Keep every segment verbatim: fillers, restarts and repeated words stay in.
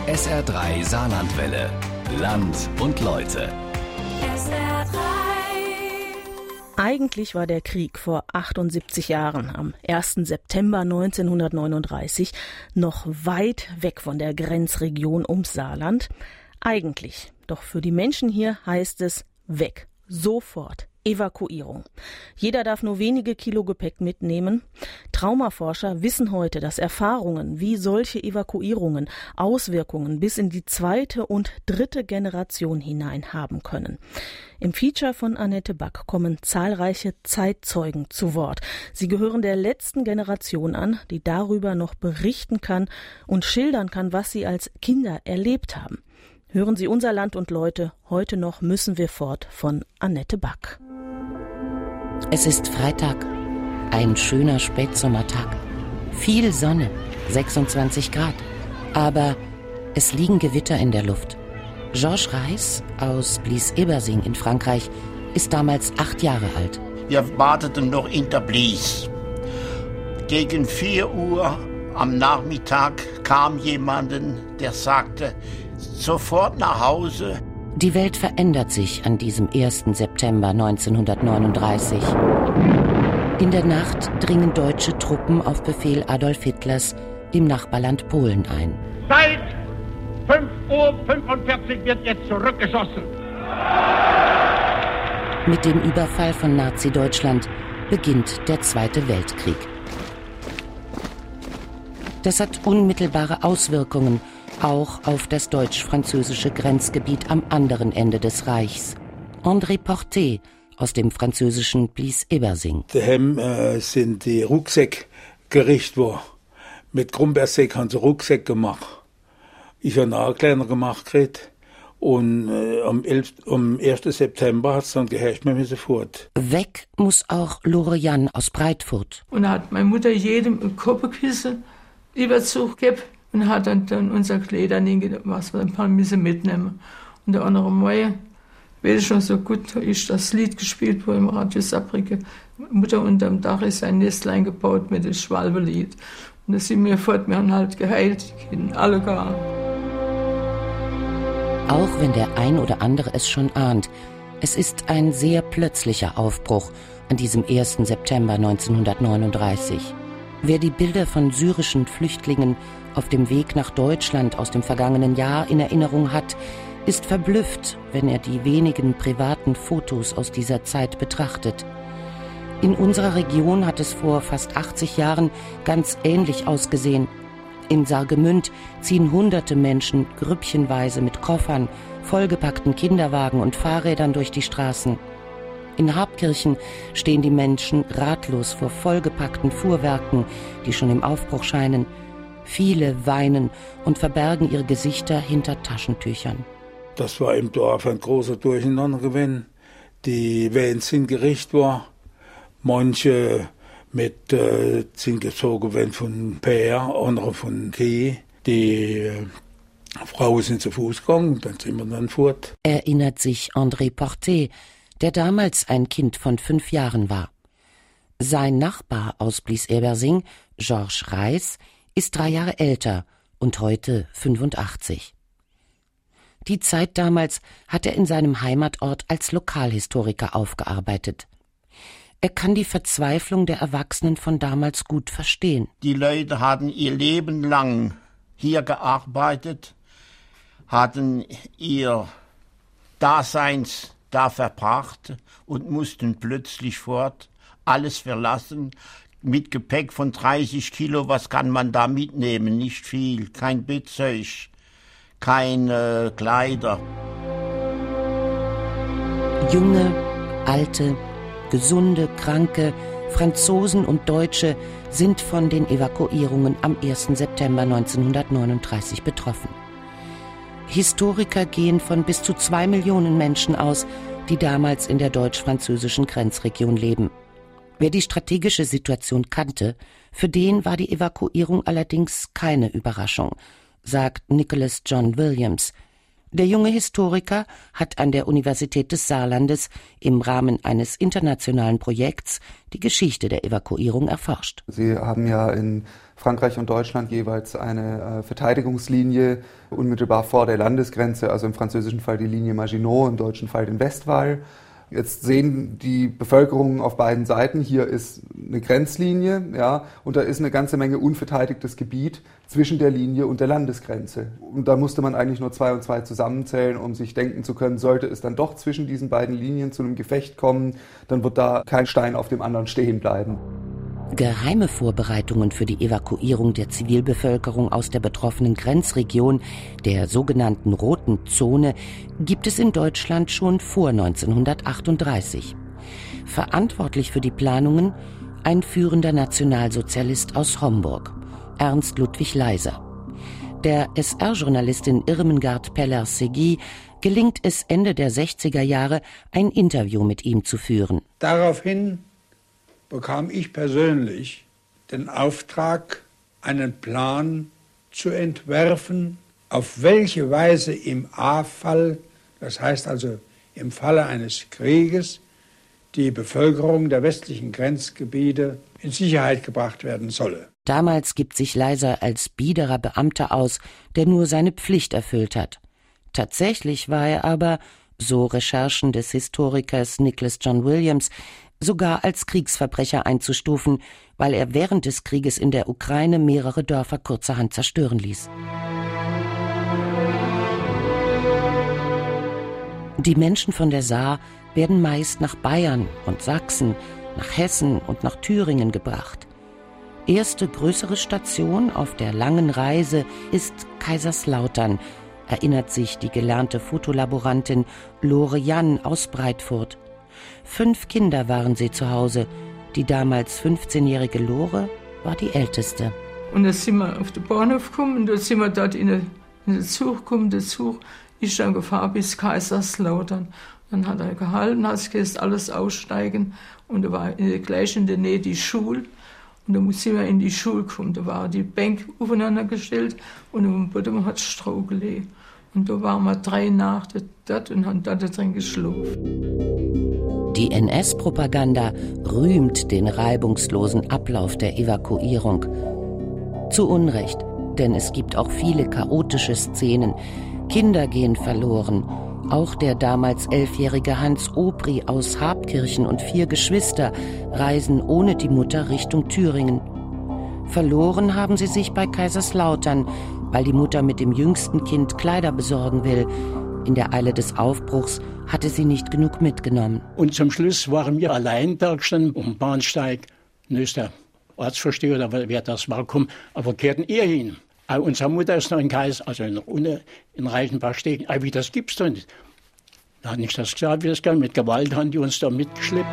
S R drei Saarlandwelle. Land und Leute. S R drei. Eigentlich war der Krieg vor achtundsiebzig Jahren, am ersten September neunzehnhundertneununddreißig, noch weit weg von der Grenzregion ums Saarland. Eigentlich. Doch für die Menschen hier heißt es weg. Sofort. Evakuierung. Jeder darf nur wenige Kilo Gepäck mitnehmen. Traumaforscher wissen heute, dass Erfahrungen wie solche Evakuierungen Auswirkungen bis in die zweite und dritte Generation hinein haben können. Im Feature von Annette Back kommen zahlreiche Zeitzeugen zu Wort. Sie gehören der letzten Generation an, die darüber noch berichten kann und schildern kann, was sie als Kinder erlebt haben. Hören Sie Unser Land und Leute, heute noch müssen wir fort von Annette Back. Es ist Freitag, ein schöner Spätsommertag. Viel Sonne, sechsundzwanzig Grad. Aber es liegen Gewitter in der Luft. Georges Reis aus Blies-Ebersing in Frankreich ist damals acht Jahre alt. Wir warteten noch in der Blies. Gegen vier Uhr am Nachmittag kam jemand, der sagte, sofort nach Hause. Die Welt verändert sich an diesem ersten September neunzehnhundertneununddreißig. In der Nacht dringen deutsche Truppen auf Befehl Adolf Hitlers im Nachbarland Polen ein. Seit fünf Uhr fünfundvierzig wird jetzt zurückgeschossen. Mit dem Überfall von Nazi-Deutschland beginnt der Zweite Weltkrieg. Das hat unmittelbare Auswirkungen auch auf das deutsch-französische Grenzgebiet am anderen Ende des Reichs. André Porté aus dem französischen Blies-Ebersing. Daheim äh, sind die Rucksäcke gerichtet worden. Mit Grumbersäck haben sie Rucksäcke gemacht. Ich habe auch kleiner gemacht gekriegt. Und äh, am, am ersten September hat es dann geherrscht, wir müssen fort. Weg muss auch Lore-Jan aus Breitfurt. Und da hat meine Mutter jedem ein Kopfkissen Überzug gegeben. Und hat dann, dann unser Kleider hingenommen, was wir ein paar müssen mitnehmen. Und der andere Mal, weil es schon so gut ist, das Lied gespielt wurde im Radio Saarbrücke. Mutter unterm Dach ist ein Nestlein gebaut mit dem Schwalbelied. Und da sind wir fort, wir haben halt geheilt, die Kinder, alle gar. Auch wenn der ein oder andere es schon ahnt, es ist ein sehr plötzlicher Aufbruch an diesem ersten September neunzehnhundertneununddreißig. Wer die Bilder von syrischen Flüchtlingen auf dem Weg nach Deutschland aus dem vergangenen Jahr in Erinnerung hat, ist verblüfft, wenn er die wenigen privaten Fotos aus dieser Zeit betrachtet. In unserer Region hat es vor fast achtzig Jahren ganz ähnlich ausgesehen. In Saargemünd ziehen hunderte Menschen grüppchenweise mit Koffern, vollgepackten Kinderwagen und Fahrrädern durch die Straßen. In Habkirchen stehen die Menschen ratlos vor vollgepackten Fuhrwerken, die schon im Aufbruch scheinen. Viele weinen und verbergen ihre Gesichter hinter Taschentüchern. Das war im Dorf ein großer Durcheinander gewesen. Die Wellen sind gerichtet worden. Manche mit äh, sind gezogen werden von Peer, andere von Key. Die äh, Frauen sind zu Fuß gegangen, dann sind wir dann fort. Erinnert sich André Porté, der damals ein Kind von fünf Jahren war. Sein Nachbar aus Blies-Ebersing, Georges Reis, ist drei Jahre älter und heute fünfundachtzig. Die Zeit damals hat er in seinem Heimatort als Lokalhistoriker aufgearbeitet. Er kann die Verzweiflung der Erwachsenen von damals gut verstehen. Die Leute hatten ihr Leben lang hier gearbeitet, hatten ihr Daseins da verbracht und mussten plötzlich fort, alles verlassen. Mit Gepäck von dreißig Kilo, was kann man da mitnehmen? Nicht viel, kein Bettzeug, keine äh, Kleider. Junge, alte, gesunde, kranke, Franzosen und Deutsche sind von den Evakuierungen am ersten September neunzehnhundertneununddreißig betroffen. Historiker gehen von bis zu zwei Millionen Menschen aus, die damals in der deutsch-französischen Grenzregion leben. Wer die strategische Situation kannte, für den war die Evakuierung allerdings keine Überraschung, sagt Nicholas John Williams. Der junge Historiker hat an der Universität des Saarlandes im Rahmen eines internationalen Projekts die Geschichte der Evakuierung erforscht. Sie haben ja in Frankreich und Deutschland jeweils eine äh, Verteidigungslinie unmittelbar vor der Landesgrenze, also im französischen Fall die Linie Maginot, im deutschen Fall den Westwall. Jetzt sehen die Bevölkerungen auf beiden Seiten, hier ist eine Grenzlinie, ja, und da ist eine ganze Menge unverteidigtes Gebiet zwischen der Linie und der Landesgrenze. Und da musste man eigentlich nur zwei und zwei zusammenzählen, um sich denken zu können, sollte es dann doch zwischen diesen beiden Linien zu einem Gefecht kommen, dann wird da kein Stein auf dem anderen stehen bleiben. Geheime Vorbereitungen für die Evakuierung der Zivilbevölkerung aus der betroffenen Grenzregion, der sogenannten Roten Zone, gibt es in Deutschland schon vor neunzehnhundertachtunddreißig. Verantwortlich für die Planungen ein führender Nationalsozialist aus Homburg, Ernst Ludwig Leyser. Der S R-Journalistin Irmengard Peller-Segui gelingt es Ende der sechziger Jahre, ein Interview mit ihm zu führen. Daraufhin bekam ich persönlich den Auftrag, einen Plan zu entwerfen, auf welche Weise im A-Fall, das heißt also im Falle eines Krieges, die Bevölkerung der westlichen Grenzgebiete in Sicherheit gebracht werden solle. Damals gibt sich Leyser als biederer Beamter aus, der nur seine Pflicht erfüllt hat. Tatsächlich war er aber, so Recherchen des Historikers Nicholas John Williams, sogar als Kriegsverbrecher einzustufen, weil er während des Krieges in der Ukraine mehrere Dörfer kurzerhand zerstören ließ. Die Menschen von der Saar werden meist nach Bayern und Sachsen, nach Hessen und nach Thüringen gebracht. Erste größere Station auf der langen Reise ist Kaiserslautern, erinnert sich die gelernte Fotolaborantin Lore Jan aus Breitfurt. Fünf Kinder waren sie zu Hause. Die damals fünfzehnjährige Lore war die älteste. Und dann sind wir auf den Bahnhof gekommen und dann sind wir dort in den, in den Zug gekommen. Der Zug ist dann gefahren bis Kaiserslautern. Dann hat er gehalten, hat gesagt, alles aussteigen. Und da war gleich in der Nähe die Schule. Und dann sind wir in die Schule gekommen. Da waren die Bänke aufeinander gestellt und am Boden hat es Stroh gelegt. Und da waren wir drei Nächte dort und haben dort drin geschlafen. Die N S-Propaganda rühmt den reibungslosen Ablauf der Evakuierung. Zu Unrecht, denn es gibt auch viele chaotische Szenen. Kinder gehen verloren. Auch der damals elfjährige Hans Obri aus Habkirchen und vier Geschwister reisen ohne die Mutter Richtung Thüringen. Verloren haben sie sich bei Kaiserslautern, weil die Mutter mit dem jüngsten Kind Kleider besorgen will. In der Eile des Aufbruchs hatte sie nicht genug mitgenommen. Und zum Schluss waren wir allein da gestanden am Bahnsteig. Dann ist der Ortsvorsteher oder wer das war gekommen, aber kehrten ihr hin. Auch unsere Mutter ist noch in Kais, also noch unten in Reichenbach stehen. Aber wie das gibt's doch nicht. Da hat nicht das gesagt, wie das ging. Mit Gewalt haben die uns da mitgeschleppt.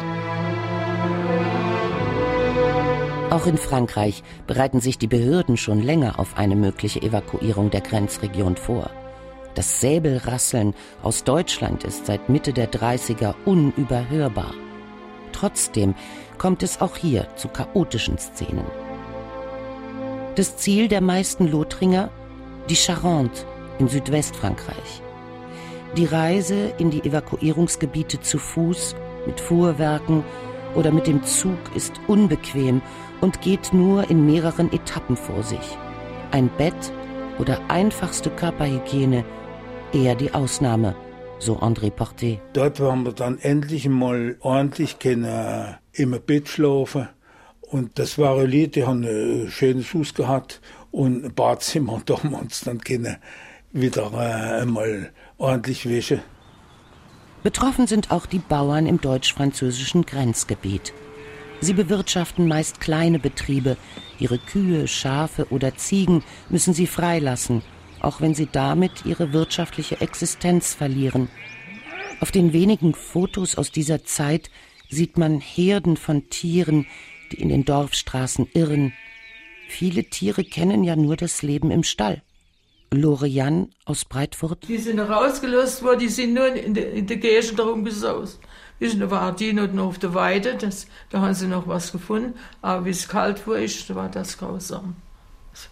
Auch in Frankreich bereiten sich die Behörden schon länger auf eine mögliche Evakuierung der Grenzregion vor. Das Säbelrasseln aus Deutschland ist seit Mitte der dreißiger unüberhörbar. Trotzdem kommt es auch hier zu chaotischen Szenen. Das Ziel der meisten Lothringer? Die Charente in Südwestfrankreich. Die Reise in die Evakuierungsgebiete zu Fuß, mit Fuhrwerken oder mit dem Zug ist unbequem und geht nur in mehreren Etappen vor sich. Ein Bett oder einfachste Körperhygiene eher die Ausnahme, so André Porté. Dort waren wir dann endlich mal ordentlich können im Bett schlafen. Und das waren Leute, die haben ein schönes Haus gehabt und ein Badzimmer. Und da haben wir uns dann können wieder äh, einmal ordentlich wischen. Betroffen sind auch die Bauern im deutsch-französischen Grenzgebiet. Sie bewirtschaften meist kleine Betriebe. Ihre Kühe, Schafe oder Ziegen müssen sie freilassen, auch wenn sie damit ihre wirtschaftliche Existenz verlieren. Auf den wenigen Fotos aus dieser Zeit sieht man Herden von Tieren, die in den Dorfstraßen irren. Viele Tiere kennen ja nur das Leben im Stall. Lore Jan aus Breitfurt. Die sind rausgelöst worden, die sind nur in der, in der Gegend darum gesaust. Da war die noch auf der Weide, das, da haben sie noch was gefunden. Aber wie es kalt war, ist, da war das grausam.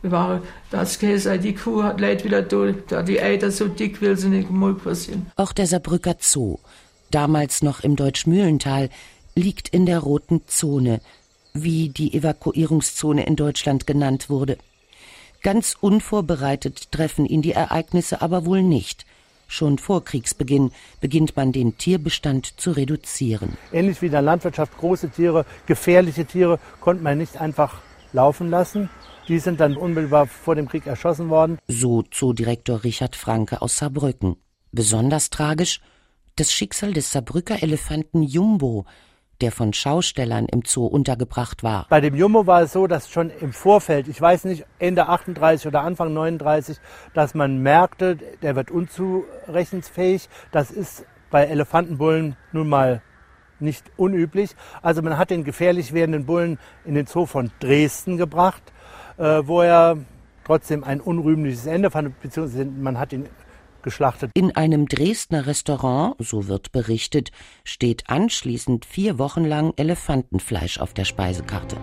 Wir waren, das Käse, die Kuh hat leid wieder durch, da die Eier so dick will sie nicht mal passieren. Auch der Saarbrücker Zoo, damals noch im Deutschmühlental, liegt in der roten Zone, wie die Evakuierungszone in Deutschland genannt wurde. Ganz unvorbereitet treffen ihn die Ereignisse aber wohl nicht. Schon vor Kriegsbeginn beginnt man den Tierbestand zu reduzieren. Ähnlich wie in der Landwirtschaft, große Tiere, gefährliche Tiere konnte man nicht einfach laufen lassen. Die sind dann unmittelbar vor dem Krieg erschossen worden. So Zoodirektor Richard Franke aus Saarbrücken. Besonders tragisch das Schicksal des Saarbrücker Elefanten Jumbo, der von Schaustellern im Zoo untergebracht war. Bei dem Jumbo war es so, dass schon im Vorfeld, ich weiß nicht, Ende achtunddreißig oder Anfang neununddreißig, dass man merkte, der wird unzurechnungsfähig. Das ist bei Elefantenbullen nun mal nicht unüblich. Also man hat den gefährlich werdenden Bullen in den Zoo von Dresden gebracht, äh, wo er trotzdem ein unrühmliches Ende fand, beziehungsweise man hat ihn geschlachtet. In einem Dresdner Restaurant, so wird berichtet, steht anschließend vier Wochen lang Elefantenfleisch auf der Speisekarte.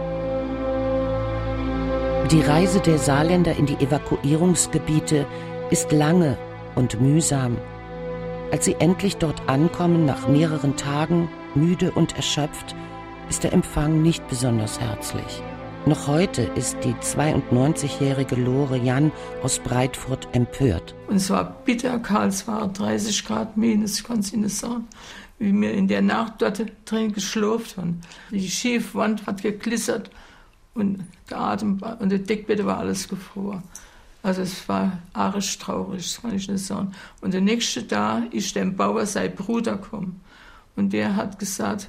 Die Reise der Saarländer in die Evakuierungsgebiete ist lange und mühsam. Als sie endlich dort ankommen, nach mehreren Tagen, müde und erschöpft, ist der Empfang nicht besonders herzlich. Noch heute ist die zweiundneunzigjährige Lore Jan aus Breitfurt empört. Und es war bitter kalt, es war dreißig Grad minus, ich kann es Ihnen sagen, wie wir in der Nacht dort drin geschlurft haben. Die Schiefwand hat geglissert und der Atem und die Deckbette war alles gefroren. Also es war arisch traurig, das kann ich nicht sagen. Und der nächste Tag ist dem Bauer sein Bruder gekommen. Und der hat gesagt,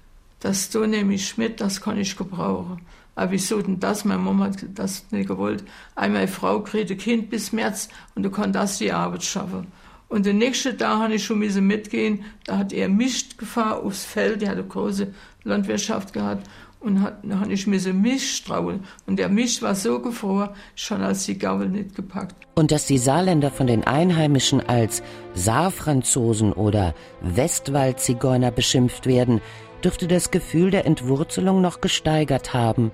das du nehme ich mit, das kann ich gebrauchen. Aber wieso denn das? Meine Mama hat das nicht gewollt. Einmal eine Frau kriegt ein Kind bis März und du kannst das die Arbeit schaffen. Und den nächsten Tag habe ich schon mitgehen. Da hat er Mist gefahren aufs Feld. Er hat eine große Landwirtschaft gehabt. Und hat, da habe ich Mist straulen. Und der Mist war so gefroren, schon als die Gabel nicht gepackt. Und dass die Saarländer von den Einheimischen als Saarfranzosen oder Westwaldzigeuner beschimpft werden, dürfte das Gefühl der Entwurzelung noch gesteigert haben.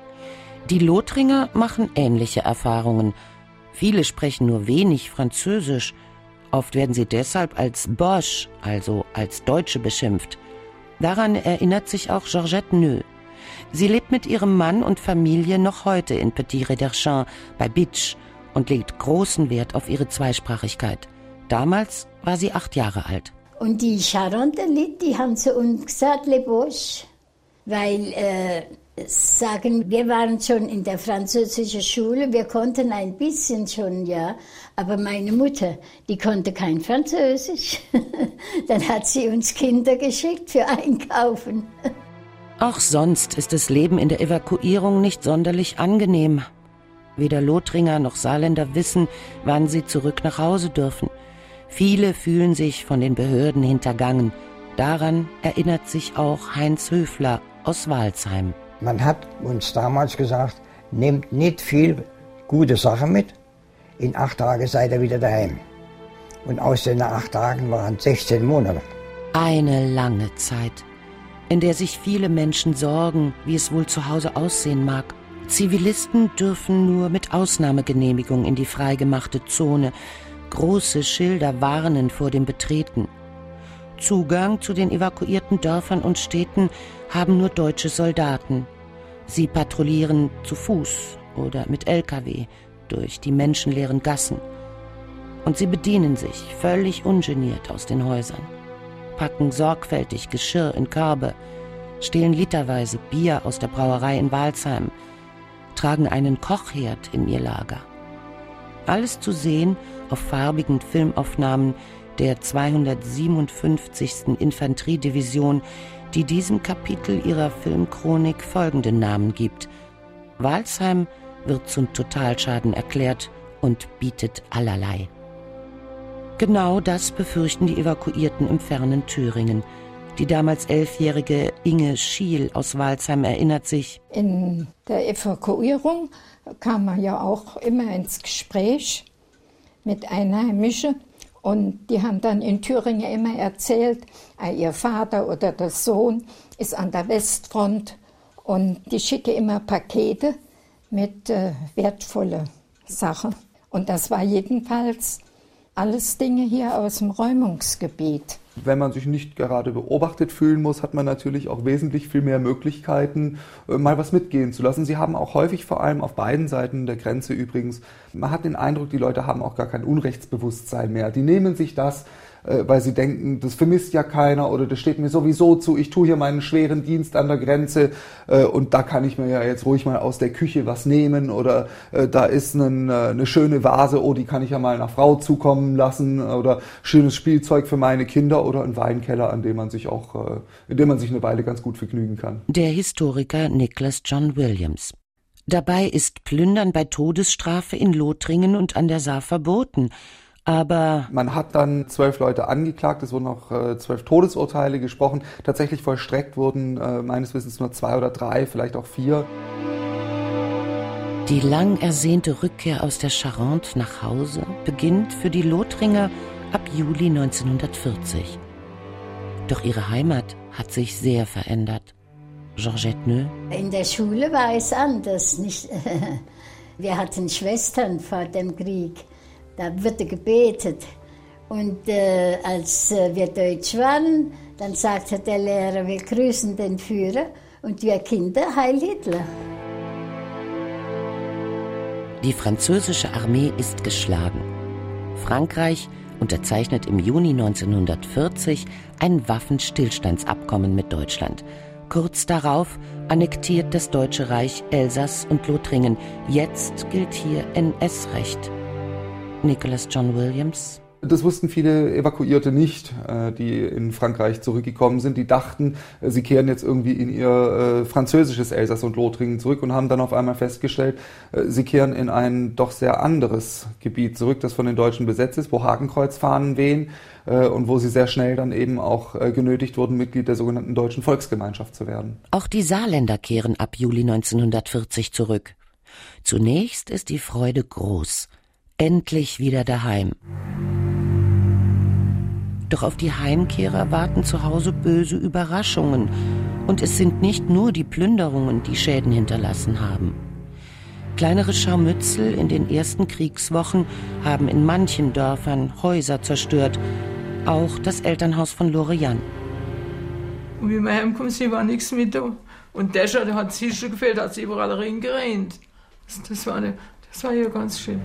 Die Lothringer machen ähnliche Erfahrungen. Viele sprechen nur wenig Französisch. Oft werden sie deshalb als Boche, also als Deutsche, beschimpft. Daran erinnert sich auch Georgette Neu. Sie lebt mit ihrem Mann und Familie noch heute in Petit-Rederchin bei Bitsch und legt großen Wert auf ihre Zweisprachigkeit. Damals war sie acht Jahre alt. Und die Charentenlied, die haben zu uns gesagt, Le Boche, weil, äh, sagen, wir waren schon in der französischen Schule, wir konnten ein bisschen schon, ja, aber meine Mutter, die konnte kein Französisch. Dann hat sie uns Kinder geschickt für Einkaufen. Auch sonst ist das Leben in der Evakuierung nicht sonderlich angenehm. Weder Lothringer noch Saarländer wissen, wann sie zurück nach Hause dürfen. Viele fühlen sich von den Behörden hintergangen. Daran erinnert sich auch Heinz Höfler aus Walsheim. Man hat uns damals gesagt, nehmt nicht viel gute Sachen mit. In acht Tagen seid ihr wieder daheim. Und aus den acht Tagen waren sechzehn Monate. Eine lange Zeit, in der sich viele Menschen sorgen, wie es wohl zu Hause aussehen mag. Zivilisten dürfen nur mit Ausnahmegenehmigung in die freigemachte Zone. Große Schilder warnen vor dem Betreten. Zugang zu den evakuierten Dörfern und Städten haben nur deutsche Soldaten. Sie patrouillieren zu Fuß oder mit L K W durch die menschenleeren Gassen. Und sie bedienen sich völlig ungeniert aus den Häusern, packen sorgfältig Geschirr in Körbe, stehlen literweise Bier aus der Brauerei in Walsheim, tragen einen Kochherd in ihr Lager. Alles zu sehen auf farbigen Filmaufnahmen der zweihundertsiebenundfünfzigsten Infanteriedivision, die diesem Kapitel ihrer Filmchronik folgenden Namen gibt. Walsheim wird zum Totalschaden erklärt und bietet allerlei. Genau das befürchten die Evakuierten im fernen Thüringen. Die damals elfjährige Inge Schiel aus Walsheim erinnert sich: In der Evakuierung kam man ja auch immer ins Gespräch mit Einheimischen. Und die haben dann in Thüringen immer erzählt, ihr Vater oder der Sohn ist an der Westfront und die schicken immer Pakete mit äh, wertvollen Sachen. Und das war jedenfalls alles Dinge hier aus dem Räumungsgebiet. Wenn man sich nicht gerade beobachtet fühlen muss, hat man natürlich auch wesentlich viel mehr Möglichkeiten, mal was mitgehen zu lassen. Sie haben auch häufig, vor allem auf beiden Seiten der Grenze übrigens, man hat den Eindruck, die Leute haben auch gar kein Unrechtsbewusstsein mehr. Die nehmen sich das, weil sie denken, das vermisst ja keiner oder das steht mir sowieso zu, ich tue hier meinen schweren Dienst an der Grenze und da kann ich mir ja jetzt ruhig mal aus der Küche was nehmen oder da ist eine, eine schöne Vase, oh, die kann ich ja mal einer Frau zukommen lassen oder schönes Spielzeug für meine Kinder oder ein Weinkeller, an dem man sich auch, in dem man sich eine Weile ganz gut vergnügen kann. Der Historiker Nicholas John Williams. Dabei ist Plündern bei Todesstrafe in Lothringen und an der Saar verboten. Aber man hat dann zwölf Leute angeklagt, es wurden auch äh, zwölf Todesurteile gesprochen. Tatsächlich vollstreckt wurden äh, meines Wissens nur zwei oder drei, vielleicht auch vier. Die lang ersehnte Rückkehr aus der Charente nach Hause beginnt für die Lothringer ab Juli neunzehnhundertvierzig. Doch ihre Heimat hat sich sehr verändert. Georgette Neu. In der Schule war es anders. Nicht? Wir hatten Schwestern vor dem Krieg. Da wurde gebetet. Und äh, als äh, wir Deutsch waren, dann sagte der Lehrer, wir grüßen den Führer und wir Kinder, Heil Hitler. Die französische Armee ist geschlagen. Frankreich unterzeichnet im Juni neunzehnhundertvierzig ein Waffenstillstandsabkommen mit Deutschland. Kurz darauf annektiert das Deutsche Reich Elsass und Lothringen. Jetzt gilt hier N S-Recht. Nicholas John Williams. Das wussten viele Evakuierte nicht, die in Frankreich zurückgekommen sind. Die dachten, sie kehren jetzt irgendwie in ihr französisches Elsass und Lothringen zurück und haben dann auf einmal festgestellt, sie kehren in ein doch sehr anderes Gebiet zurück, das von den Deutschen besetzt ist, wo Hakenkreuzfahnen wehen und wo sie sehr schnell dann eben auch genötigt wurden, Mitglied der sogenannten Deutschen Volksgemeinschaft zu werden. Auch die Saarländer kehren ab Juli neunzehnhundertvierzig zurück. Zunächst ist die Freude groß. Endlich wieder daheim. Doch auf die Heimkehrer warten zu Hause böse Überraschungen. Und es sind nicht nur die Plünderungen, die Schäden hinterlassen haben. Kleinere Scharmützel in den ersten Kriegswochen haben in manchen Dörfern Häuser zerstört. Auch das Elternhaus von Lore-Jan. Und wie wir heimkommen, sie war nichts mit da. Und der schon, der hat sich schon gefehlt, hat sich überall reingerannt. Das, das, war eine, das war ja ganz schön.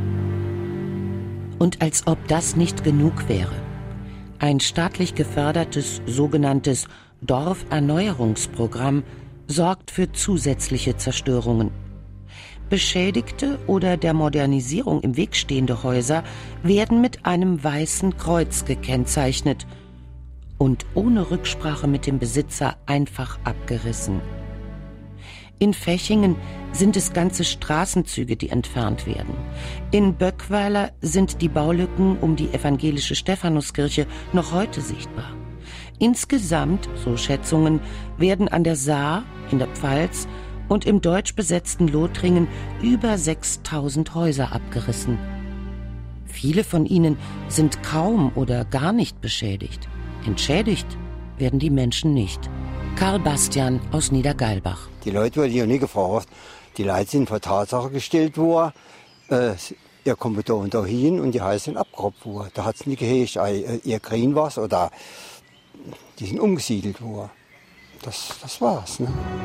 Und als ob das nicht genug wäre. Ein staatlich gefördertes, sogenanntes Dorferneuerungsprogramm sorgt für zusätzliche Zerstörungen. Beschädigte oder der Modernisierung im Weg stehende Häuser werden mit einem weißen Kreuz gekennzeichnet und ohne Rücksprache mit dem Besitzer einfach abgerissen. In Fechingen sind es ganze Straßenzüge, die entfernt werden. In Böckweiler sind die Baulücken um die evangelische Stephanuskirche noch heute sichtbar. Insgesamt, so Schätzungen, werden an der Saar, in der Pfalz und im deutsch besetzten Lothringen über sechstausend Häuser abgerissen. Viele von ihnen sind kaum oder gar nicht beschädigt. Entschädigt werden die Menschen nicht. Karl Bastian aus Niedergeilbach. Die Leute wurden ja nie gefragt. Die Leute sind vor Tatsache gestellt worden. Äh, ihr kommt da und da hin und die Häuser sind abgerobbt worden. Da hat es nicht geheißt, äh, ihr kriegen was oder die sind umgesiedelt worden. Das, das war's. Ne?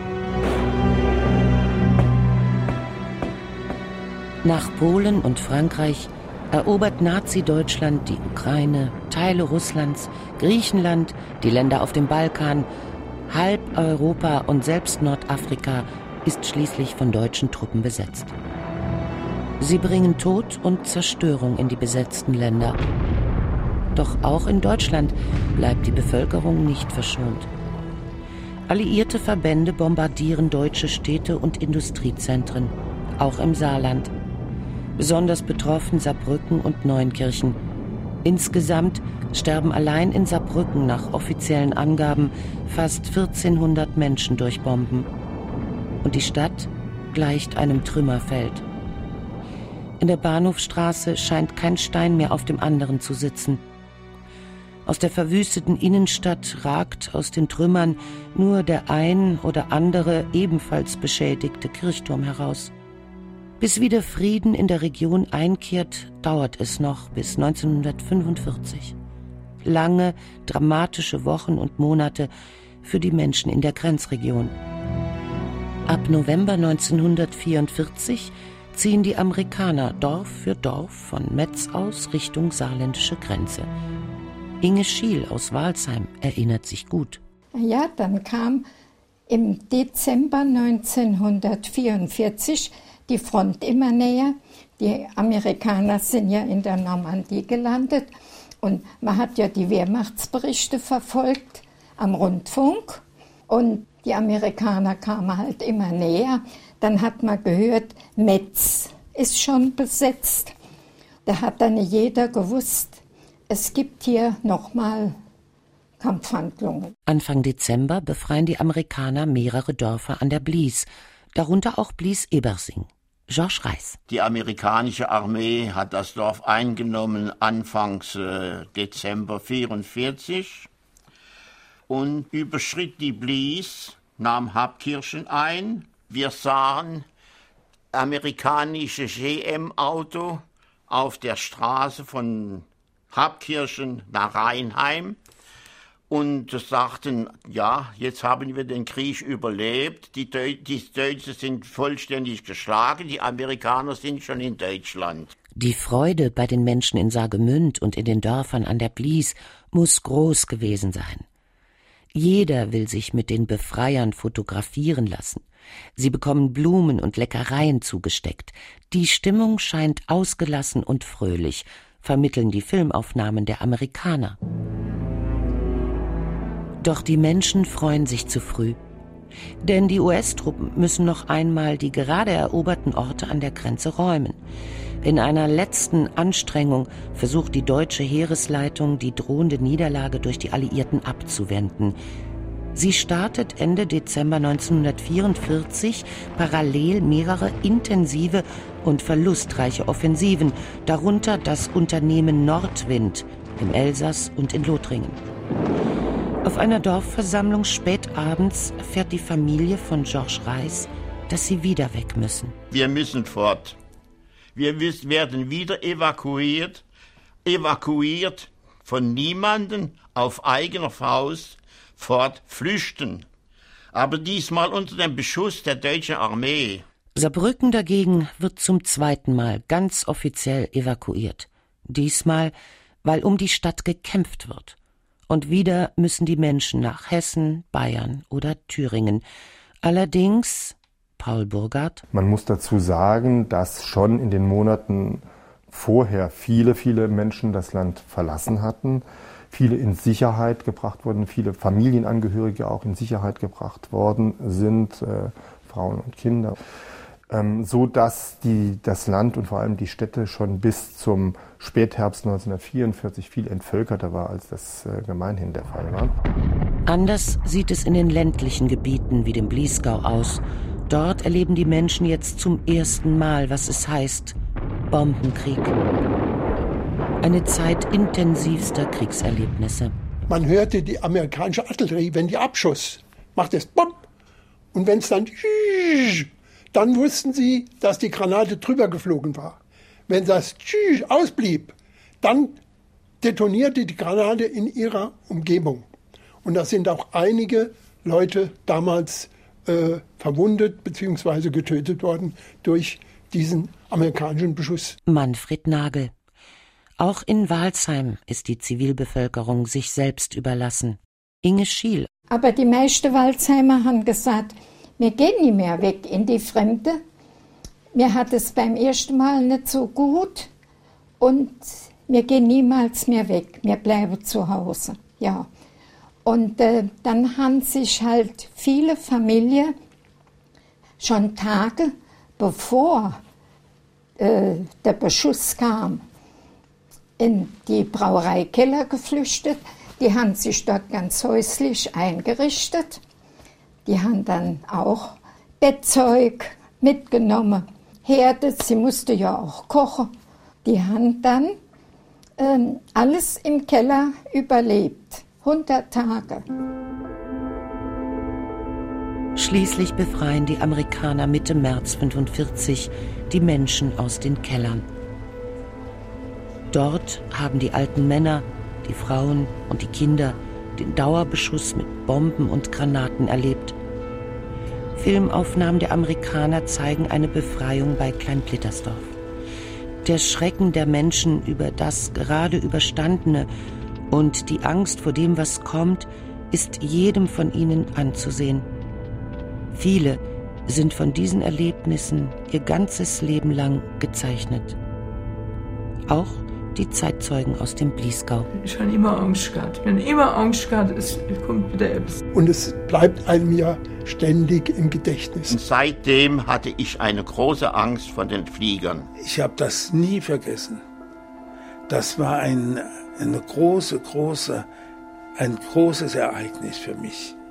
Nach Polen und Frankreich erobert Nazi-Deutschland die Ukraine, Teile Russlands, Griechenland, die Länder auf dem Balkan. Halb Europa und selbst Nordafrika ist schließlich von deutschen Truppen besetzt. Sie bringen Tod und Zerstörung in die besetzten Länder. Doch auch in Deutschland bleibt die Bevölkerung nicht verschont. Alliierte Verbände bombardieren deutsche Städte und Industriezentren, auch im Saarland. Besonders betroffen Saarbrücken und Neunkirchen. Insgesamt sterben allein in Saarbrücken nach offiziellen Angaben fast vierzehnhundert Menschen durch Bomben. Und die Stadt gleicht einem Trümmerfeld. In der Bahnhofstraße scheint kein Stein mehr auf dem anderen zu sitzen. Aus der verwüsteten Innenstadt ragt aus den Trümmern nur der ein oder andere ebenfalls beschädigte Kirchturm heraus. Bis wieder Frieden in der Region einkehrt, dauert es noch bis neunzehnhundertfünfundvierzig. Lange, dramatische Wochen und Monate für die Menschen in der Grenzregion. Ab November neunzehnhundertvierundvierzig ziehen die Amerikaner Dorf für Dorf von Metz aus Richtung saarländische Grenze. Inge Schiel aus Walsheim erinnert sich gut. Ja, dann kam im Dezember neunzehnhundertvierundvierzig die Front immer näher. Die Amerikaner sind ja in der Normandie gelandet und man hat ja die Wehrmachtsberichte verfolgt am Rundfunk und die Amerikaner kamen halt immer näher. Dann hat man gehört, Metz ist schon besetzt. Da hat dann jeder gewusst, es gibt hier nochmal Kampfhandlungen. Anfang Dezember befreien die Amerikaner mehrere Dörfer an der Blies, darunter auch Blies-Ebersing. Georges Reiss. Die amerikanische Armee hat das Dorf eingenommen anfangs äh, Dezember neunzehnhundertvierundvierzig und überschritt die Blies, nahm Habkirchen ein. Wir sahen amerikanische G M-Auto auf der Straße von Habkirchen nach Rheinheim und sagten, ja, jetzt haben wir den Krieg überlebt, die, Deu- die Deutschen sind vollständig geschlagen, die Amerikaner sind schon in Deutschland. Die Freude bei den Menschen in Saargemünd und in den Dörfern an der Blies muss groß gewesen sein. Jeder will sich mit den Befreiern fotografieren lassen. Sie bekommen Blumen und Leckereien zugesteckt. Die Stimmung scheint ausgelassen und fröhlich, vermitteln die Filmaufnahmen der Amerikaner. Doch die Menschen freuen sich zu früh. Denn die U S-Truppen müssen noch einmal die gerade eroberten Orte an der Grenze räumen. In einer letzten Anstrengung versucht die deutsche Heeresleitung, die drohende Niederlage durch die Alliierten abzuwenden. Sie startet Ende Dezember neunzehnhundertvierundvierzig parallel mehrere intensive und verlustreiche Offensiven, darunter das Unternehmen Nordwind im Elsass und in Lothringen. Auf einer Dorfversammlung spät abends erfährt die Familie von Georges Reiss, dass sie wieder weg müssen. Wir müssen fort. Wir werden wieder evakuiert, evakuiert von niemandem auf eigener Faust fort flüchten. Aber diesmal unter dem Beschuss der deutschen Armee. Saarbrücken dagegen wird zum zweiten Mal ganz offiziell evakuiert. Diesmal, weil um die Stadt gekämpft wird. Und wieder müssen die Menschen nach Hessen, Bayern oder Thüringen. Allerdings, Paul Burgard. Man muss dazu sagen, dass schon in den Monaten vorher viele, viele Menschen das Land verlassen hatten, viele in Sicherheit gebracht wurden, viele Familienangehörige auch in Sicherheit gebracht worden sind, äh, Frauen und Kinder, ähm, so dass die, das Land und vor allem die Städte schon bis zum Spätherbst neunzehnhundertvierundvierzig viel entvölkerter war, als das äh, gemeinhin der Fall war. Anders sieht es in den ländlichen Gebieten wie dem Bliesgau aus. Dort erleben die Menschen jetzt zum ersten Mal, was es heißt, Bombenkrieg. Eine Zeit intensivster Kriegserlebnisse. Man hörte die amerikanische Artillerie, wenn die abschoss, macht es Bomb. Und wenn es dann, dann wussten sie, dass die Granate drüber geflogen war. Wenn das ausblieb, dann detonierte die Granate in ihrer Umgebung. Und da sind auch einige Leute damals äh, verwundet bzw. getötet worden durch diesen amerikanischen Beschuss. Manfred Nagel. Auch in Walsheim ist die Zivilbevölkerung sich selbst überlassen. Inge Schiel. Aber die meisten Walsheimer haben gesagt, wir gehen nicht mehr weg in die Fremde. Mir hat es beim ersten Mal nicht so gut und wir gehen niemals mehr weg. Wir bleiben zu Hause. Ja. Und äh, dann haben sich halt viele Familien schon Tage bevor äh, der Beschuss kam, in die Brauereikeller geflüchtet. Die haben sich dort ganz häuslich eingerichtet. Die haben dann auch Bettzeug mitgenommen, Herde, sie musste ja auch kochen. Die haben dann ähm, alles im Keller überlebt, hundert Tage. Schließlich befreien die Amerikaner Mitte März fünfundvierzig die Menschen aus den Kellern. Dort haben die alten Männer, die Frauen und die Kinder den Dauerbeschuss mit Bomben und Granaten erlebt. Filmaufnahmen der Amerikaner zeigen eine Befreiung bei Klein-Plittersdorf. Der Schrecken der Menschen über das gerade Überstandene und die Angst vor dem, was kommt, ist jedem von ihnen anzusehen. Viele sind von diesen Erlebnissen ihr ganzes Leben lang gezeichnet. Auch die Zeitzeugen aus dem Bliesgau. Ich habe immer Angst gehabt. Ich habe immer Angst gehabt, es kommt wieder etwas. Und es bleibt einem ja ständig im Gedächtnis. Und seitdem hatte ich eine große Angst vor den Fliegern. Ich habe das nie vergessen. Das war ein, eine große, große, ein großes Ereignis für mich.